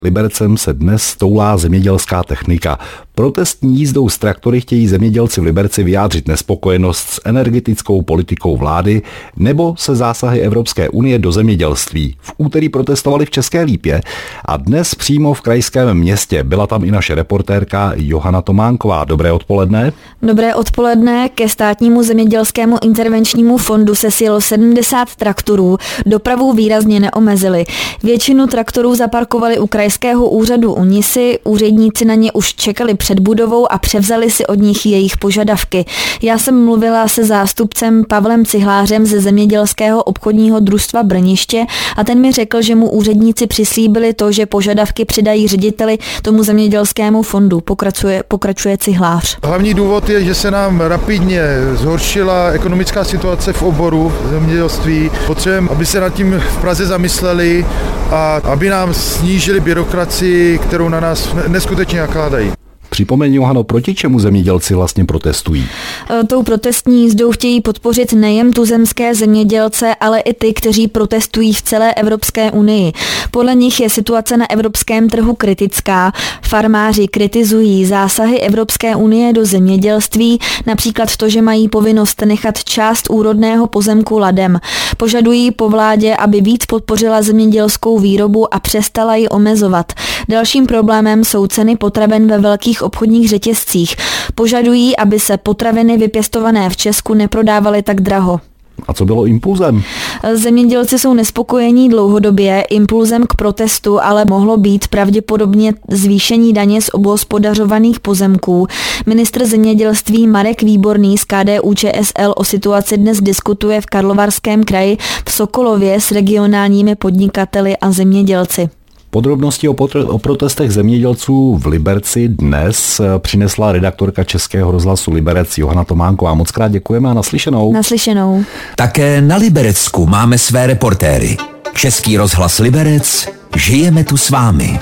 Libercem se dnes toulá zemědělská technika. Protestní jízdou s traktory chtějí zemědělci v Liberci vyjádřit nespokojenost s energetickou politikou vlády nebo se zásahy Evropské unie do zemědělství. V úterý protestovali v České Lípě a dnes přímo v krajském městě. Byla tam i naše reportérka Johana Tománková. Dobré odpoledne. Dobré odpoledne. Ke státnímu zemědělskému intervenčnímu fondu se sjelo 70 traktorů. Dopravu výrazně neomezili. Většinu traktorů zaparkovali u krajského úřadu u Nisy. Úředníci na ně už čekali před budovou a převzali si od nich jejich požadavky. Já jsem mluvila se zástupcem Pavlem Cihlářem ze zemědělského obchodního družstva Brniště a ten mi řekl, že mu úředníci přislíbili to, že požadavky přidají řediteli tomu zemědělskému fondu. Pokračuje Cihlář. Hlavní důvod je, že se nám rapidně zhoršila ekonomická situace v oboru zemědělství. Potřebujeme, aby se nad tím v Praze zamysleli a aby nám snížili byrokracii, kterou na nás neskutečně nakládají. Připomeň, Johano, proti čemu zemědělci vlastně protestují? Tou protestní jízdou chtějí podpořit nejen tuzemské zemědělce, ale i ty, kteří protestují v celé Evropské unii. Podle nich je situace na evropském trhu kritická. Farmáři kritizují zásahy Evropské unie do zemědělství, například to, že mají povinnost nechat část úrodného pozemku ladem. Požadují po vládě, aby víc podpořila zemědělskou výrobu a přestala ji omezovat. Dalším problémem jsou ceny potravin ve velkých obchodních řetězcích. Požadují, aby se potraviny vypěstované v Česku neprodávaly tak draho. A co bylo impulzem? Zemědělci jsou nespokojení dlouhodobě. Impulzem k protestu ale mohlo být pravděpodobně zvýšení daně z obhospodařovaných pozemků. Ministr zemědělství Marek Výborný z KDU-ČSL o situaci dnes diskutuje v Karlovarském kraji v Sokolově s regionálními podnikateli a zemědělci. Podrobnosti o protestech zemědělců v Liberci dnes přinesla redaktorka Českého rozhlasu Liberec Johana Tománková. Mockrát děkujeme a naslyšenou. Naslyšenou. Také na Liberecku máme své reportéry. Český rozhlas Liberec, žijeme tu s vámi.